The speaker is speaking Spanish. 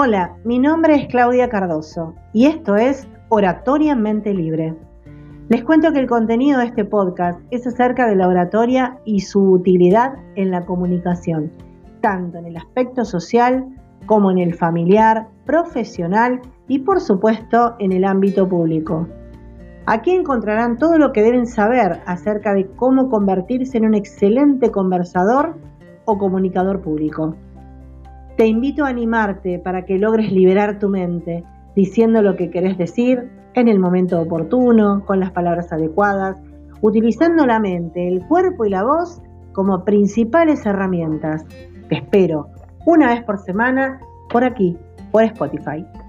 Hola, mi nombre es Claudia Cardoso y esto es Oratoria Mente Libre. Les cuento que el contenido de este podcast es acerca de la oratoria y su utilidad en la comunicación, tanto en el aspecto social como en el familiar, profesional y por supuesto en el ámbito público. Aquí encontrarán todo lo que deben saber acerca de cómo convertirse en un excelente conversador o comunicador público. Te invito a animarte para que logres liberar tu mente, diciendo lo que querés decir en el momento oportuno, con las palabras adecuadas, utilizando la mente, el cuerpo y la voz como principales herramientas. Te espero una vez por semana por aquí, por Spotify.